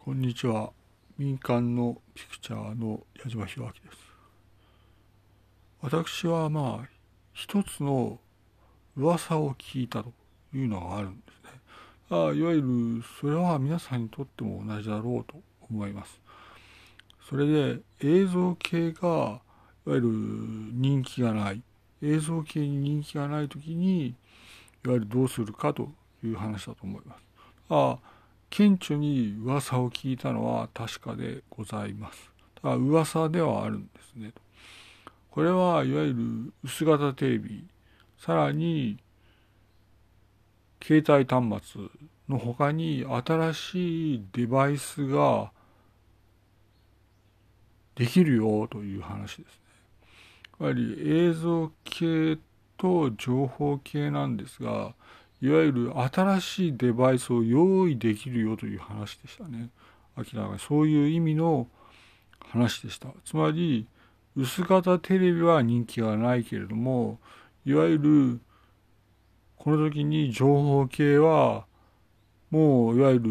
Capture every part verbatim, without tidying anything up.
こんにちは。民間のピクチャーの矢島弘明です。私はまあ、一つの噂を聞いたというのがあるんですね。あいわゆる、それは皆さんにとっても同じだろうと思います。それで、映像系が、いわゆる人気がない、映像系に人気がないときに、いわゆるどうするかという話だと思います。あ顕著に噂を聞いたのは確かでございます。ただ噂ではあるんですね。これはいわゆる薄型テレビ、さらに携帯端末の他に新しいデバイスができるよという話ですね。やはり映像系と情報系なんですが、いわゆる新しいデバイスを用意できるよという話でしたね。明らかにそういう意味の話でした。つまり、薄型テレビは人気がないけれども、いわゆるこの時に情報系はもういわゆる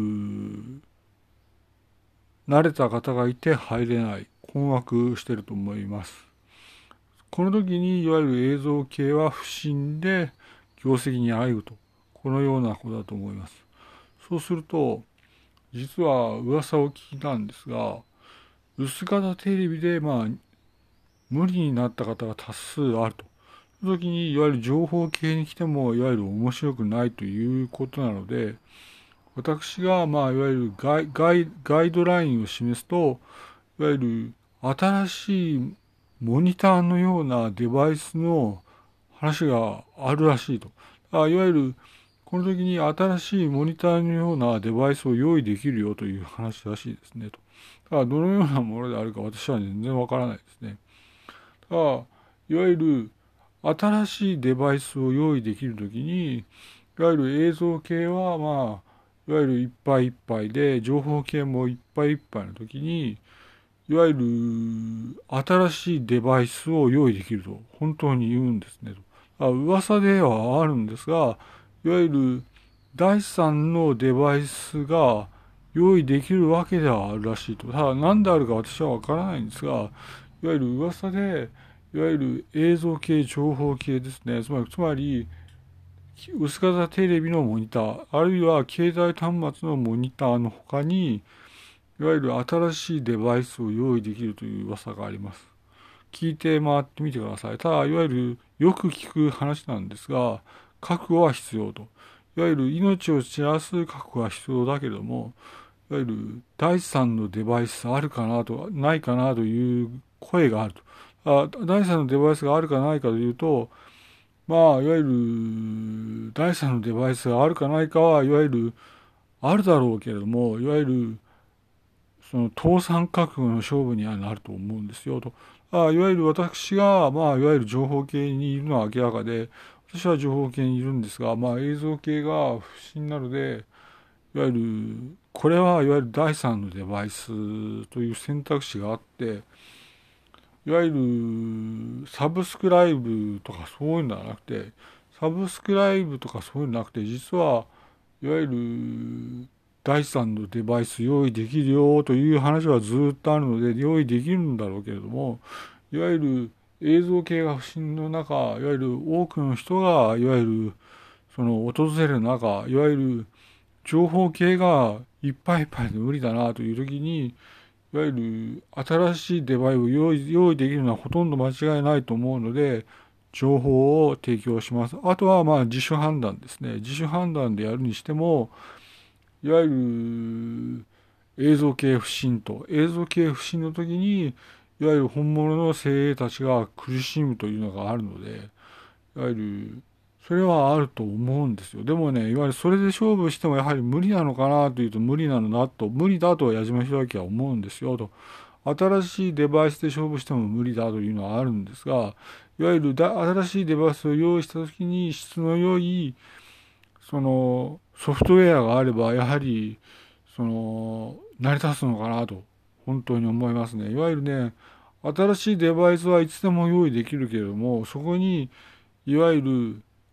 慣れた方がいて入れない、困惑していると思います。この時にいわゆる映像系は不審で業績にあゆうと、このようなことだと思います。そうすると、実は噂を聞いたんですが、薄型テレビでまあ無理になった方が多数あると。その時にいわゆる情報系に来てもいわゆる面白くないということなので、私がまあいわゆるガイガイガイドラインを示すと、いわゆる新しいモニターのようなデバイスの話があるらしいと。あいわゆるこの時に新しいモニターのようなデバイスを用意できるよという話らしいですねと。だからどのようなものであるか私は全然わからないですね。ただいわゆる新しいデバイスを用意できるときに、いわゆる映像系はまあいわゆるいっぱいいっぱいで、情報系もいっぱいいっぱいの時に、いわゆる新しいデバイスを用意できると本当に言うんですねと。あ噂ではあるんですが、いわゆる第三のデバイスが用意できるわけではあるらしいと。ただ何であるか私はわからないんですが、いわゆる噂で、いわゆる映像系、情報系ですね。つまり、つまり薄型テレビのモニター、あるいは携帯端末のモニターの他に、いわゆる新しいデバイスを用意できるという噂があります。聞いて回ってみてください。ただ、いわゆるよく聞く話なんですが、覚悟は必要と。いわゆる命を散らす覚悟は必要だけれども、いわゆる第三のデバイスあるかなと、ないかなという声があると。あ第三のデバイスがあるかないかというと、まあ、いわゆる第三のデバイスがあるかないかは、いわゆるあるだろうけれども、いわゆるその倒産覚悟の勝負にはなると思うんですよと。あいわゆる私が、まあ、いわゆる情報系にいるのは明らかで、私は情報系にいるんですが、まあ、映像系が不審なので、いわゆる、これはいわゆる第三のデバイスという選択肢があって、いわゆるサブスクライブとかそういうのはなくて、サブスクライブとかそういうのなくて、実はいわゆる第三のデバイス用意できるよという話はずっとあるので、用意できるんだろうけれども、いわゆる映像系が不振の中、いわゆる多くの人が、いわゆるその訪れる中、いわゆる情報系がいっぱいいっぱいで無理だなという時に、いわゆる新しいデバイスを用意用意できるのはほとんど間違いないと思うので、情報を提供します。あとはまあ自主判断ですね。自主判断でやるにしても、いわゆる映像系不信と、映像系不信の時に、いわゆる本物の精鋭たちが苦しむというのがあるので、いわゆるそれはあると思うんですよ。でもね、いわゆるそれで勝負してもやはり無理なのかなというと無理なのなと、無理だと矢島弘明は思うんですよと。新しいデバイスで勝負しても無理だというのはあるんですが、いわゆるだ新しいデバイスを用意したときに質の良いそのソフトウェアがあればやはりその成り立つのかなと本当に思いますね。いわゆるね、新しいデバイスはいつでも用意できるけれども、そこにいわゆる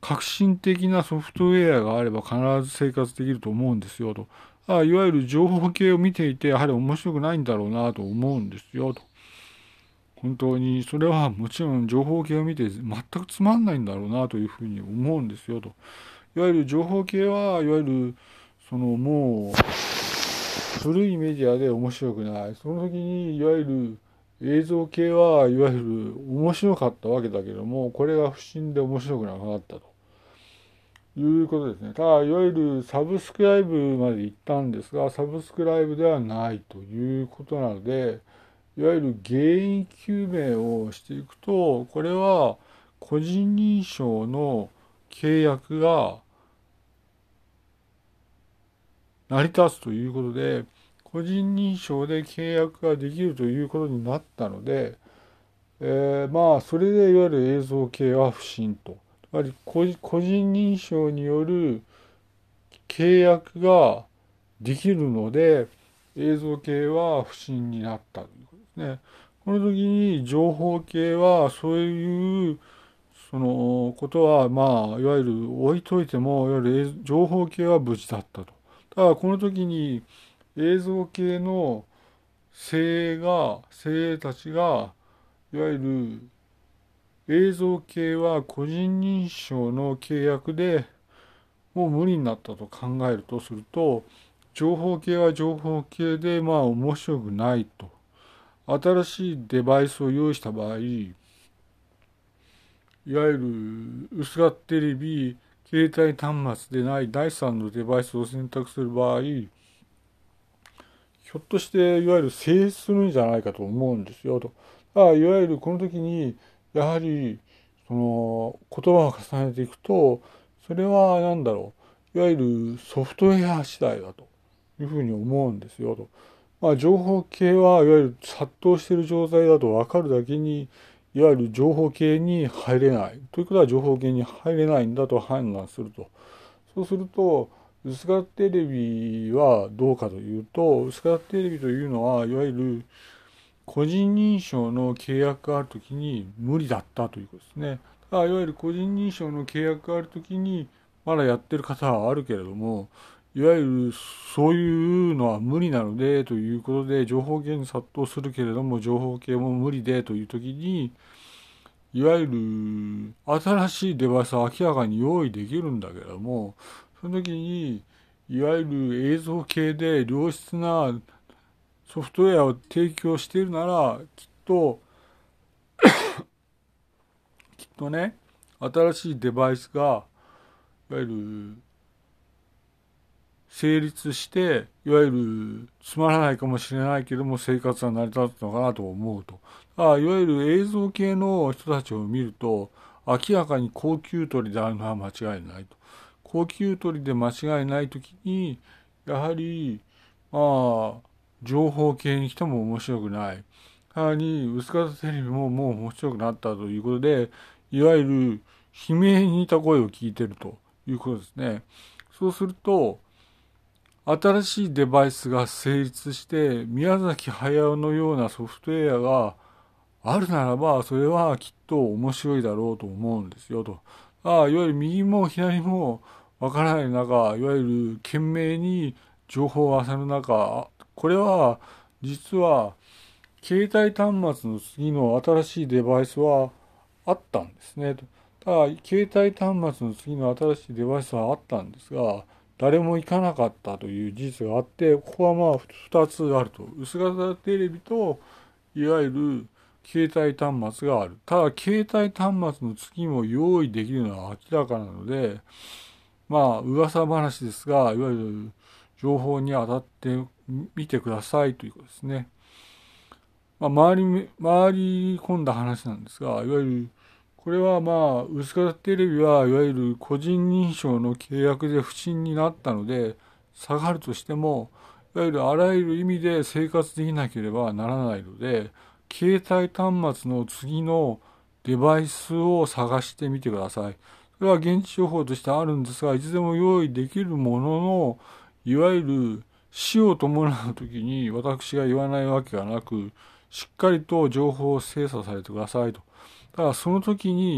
革新的なソフトウェアがあれば必ず生活できると思うんですよと。あいわゆる情報系を見ていてやはり面白くないんだろうなと思うんですよと。本当にそれはもちろん情報系を見て全くつまんないんだろうなというふうに思うんですよと。いわゆる情報系はいわゆるそのもう古いメディアで面白くない。その時にいわゆる映像系はいわゆる面白かったわけだけども、これが不審で面白くなくなったということですね。ただいわゆるサブスクライブまで行ったんですが、サブスクライブではないということなので、いわゆる原因究明をしていくと、これは個人認証の契約が成り立つということで、個人認証で契約ができるということになったので、えー、まあ、それでいわゆる映像系は不審と。つまり個人認証による契約ができるので、映像系は不審になったということですね。この時に情報系はそういうそのことはまあいわゆる置いといてもいわゆる情報系は無事だったと。ただこの時に映像系の精鋭が精鋭たちがいわゆる映像系は個人認証の契約でもう無理になったと考えるとすると、情報系は情報系でまあ面白くないと。新しいデバイスを用意した場合、いわゆる薄型テレビ、携帯端末でない第三のデバイスを選択する場合、ひょっとしていわゆる成立するんじゃないかと思うんですよと。だからいわゆるこの時にやはりその言葉を重ねていくと、それは何だろう、いわゆるソフトウェア次第だというふうに思うんですよと。まあ、情報系はいわゆる殺到している状態だと分かるだけに、いわゆる情報系に入れない。ということは情報系に入れないんだと判断すると。そうすると、薄型テレビはどうかというと、薄型テレビというのは、いわゆる個人認証の契約があるときに無理だったということですね。ただいわゆる個人認証の契約があるときにまだやってる方はあるけれども、いわゆるそういうのは無理なのでということで情報系に殺到するけれども情報系も無理でというときに、いわゆる新しいデバイスは明らかに用意できるんだけれども、その時にいわゆる映像系で良質なソフトウェアを提供しているならきっときっとね、新しいデバイスがいわゆる成立していわゆるつまらないかもしれないけども生活は成り立つのかなと思うと。あいわゆる映像系の人たちを見ると明らかに高級取りであるのは間違いないと。高級取りで間違いないときにやはりまあ情報系に来ても面白くない。さらに薄型テレビももう面白くなったということで、いわゆる悲鳴に似た声を聞いているということですね。そうすると新しいデバイスが成立して宮崎駿のようなソフトウェアがあるならばそれはきっと面白いだろうと思うんですよと。ああいわゆる右も左もわからない中、いわゆる懸命に情報を漁る中、これは実は携帯端末の次の新しいデバイスはあったんですね。ただ携帯端末の次の新しいデバイスはあったんですが、誰も行かなかったという事実があって、ここはまあふたつあると。薄型テレビといわゆる携帯端末がある。ただ携帯端末の次も用意できるのは明らかなので、まあ噂話ですが、いわゆる情報に当たってみてくださいということですね。まあ、回り回り込んだ話なんですが、いわゆるこれはまあ薄型テレビはいわゆる個人認証の契約で不審になったので下がるとしても、いわゆるあらゆる意味で生活できなければならないので、携帯端末の次のデバイスを探してみてください。それは現地情報としてあるんですが、いつでも用意できるものの、いわゆる死を伴うときに私が言わないわけがなく、しっかりと情報を精査されてくださいと。ただその時に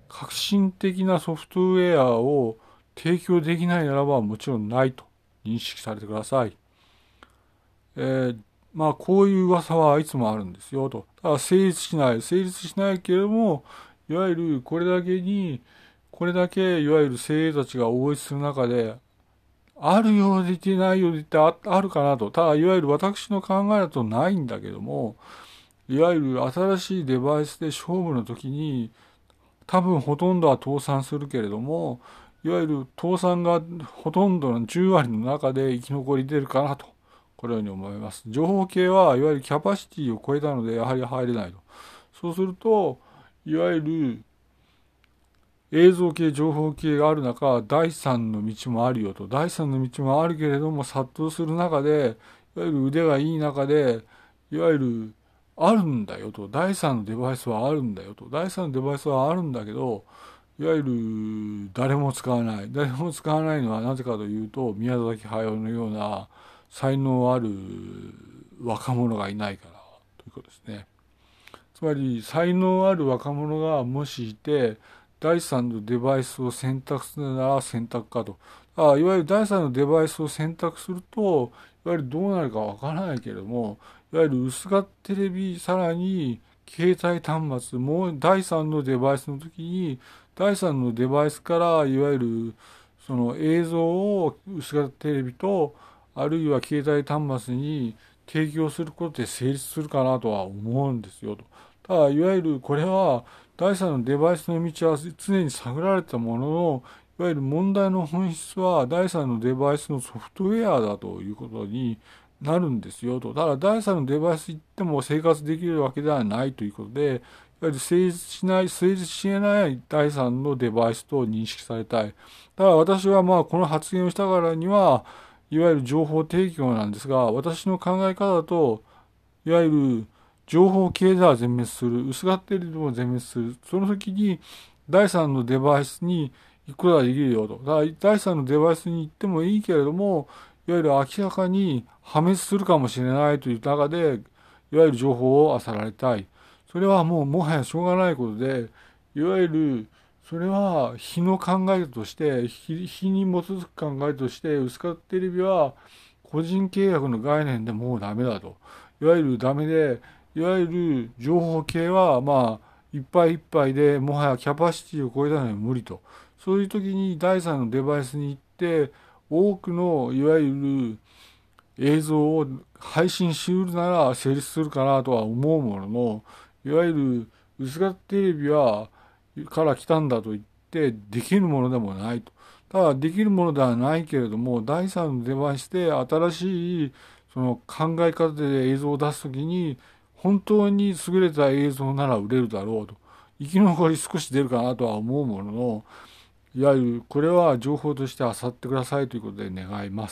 革新的なソフトウェアを提供できないならばもちろんないと認識されてください。えー、まあこういう噂はいつもあるんですよと。ただ成立しない。成立しないけれども、いわゆるこれだけに、これだけいわゆる精鋭たちが応援する中で、あるようでいてないようでいて あ, あるかなと。ただいわゆる私の考えだとないんだけども、いわゆる新しいデバイスで勝負の時に、多分ほとんどは倒産するけれども、いわゆる倒産がほとんどのじゅう割の中で生き残り出るかなと、このように思います。情報系はいわゆるキャパシティを超えたのでやはり入れないと。そうすると、いわゆる映像系、情報系がある中、第三の道もあるよと。第三の道もあるけれども、殺到する中で、いわゆる腕がいい中で、いわゆるあるんだよと。第三のデバイスはあるんだよと。第三のデバイスはあるんだけど、いわゆる誰も使わない。誰も使わないのはなぜかというと、宮崎駿のような才能ある若者がいないからということですね。つまり、才能ある若者がもしいて、第三のデバイスを選択するなら選択かと。あいわゆる第三のデバイスを選択すると、いわゆるどうなるかわからないけれども、いわゆる薄型テレビ、さらに携帯端末、もう第三のデバイスの時に、第三のデバイスからいわゆるその映像を薄型テレビと、あるいは携帯端末に提供することで成立するかなとは思うんですよと。ただ、いわゆるこれは、第三のデバイスの道は常に探られたものの、いわゆる問題の本質は第三のデバイスのソフトウェアだということになるんですよと。ただ第三のデバイス行っても生活できるわけではないということで、いわゆる成立しない、成立し得ない第三のデバイスと認識されたい。ただ私はまあこの発言をしたからには、いわゆる情報提供なんですが、私の考え方だと、いわゆる情報系では全滅する。薄型テレビでも全滅する。その時に第三のデバイスに行くことができるよと。だから第三のデバイスに行ってもいいけれども、いわゆる明らかに破滅するかもしれないという中で、いわゆる情報を漁られたい。それはもうもはやしょうがないことで、いわゆるそれは非の考えとして、非非に基づく考えとして、薄型テレビは個人契約の概念でもうダメだと。いわゆるダメで、いわゆる情報系はまあいっぱいいっぱいでもはやキャパシティを超えたのは無理と。そういう時に第三のデバイスに行って多くのいわゆる映像を配信しうるなら成立するかなとは思うものの、いわゆる薄型テレビはから来たんだと言ってできるものでもないと。ただできるものではないけれども、第三のデバイスで新しいその考え方で映像を出すときに、本当に優れた映像なら売れるだろうと。生き残り少し出るかなとは思うものの、いわゆるこれは情報として漁ってくださいということで願います。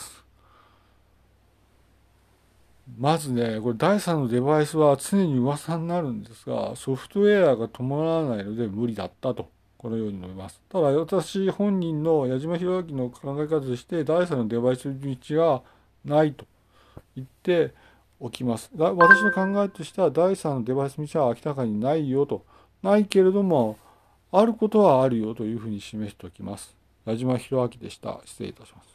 まずね、これ第三のデバイスは常に噂になるんですが、ソフトウェアが伴わないので無理だったと、このように述べます。ただ私本人の矢島弘明の考え方として、第三のデバイスの道がないと言っておきます。私の考えとしては、第三のデバイスの道は明らかにないよと。ないけれども、あることはあるよというふうに示しておきます。矢島弘明でした。失礼いたします。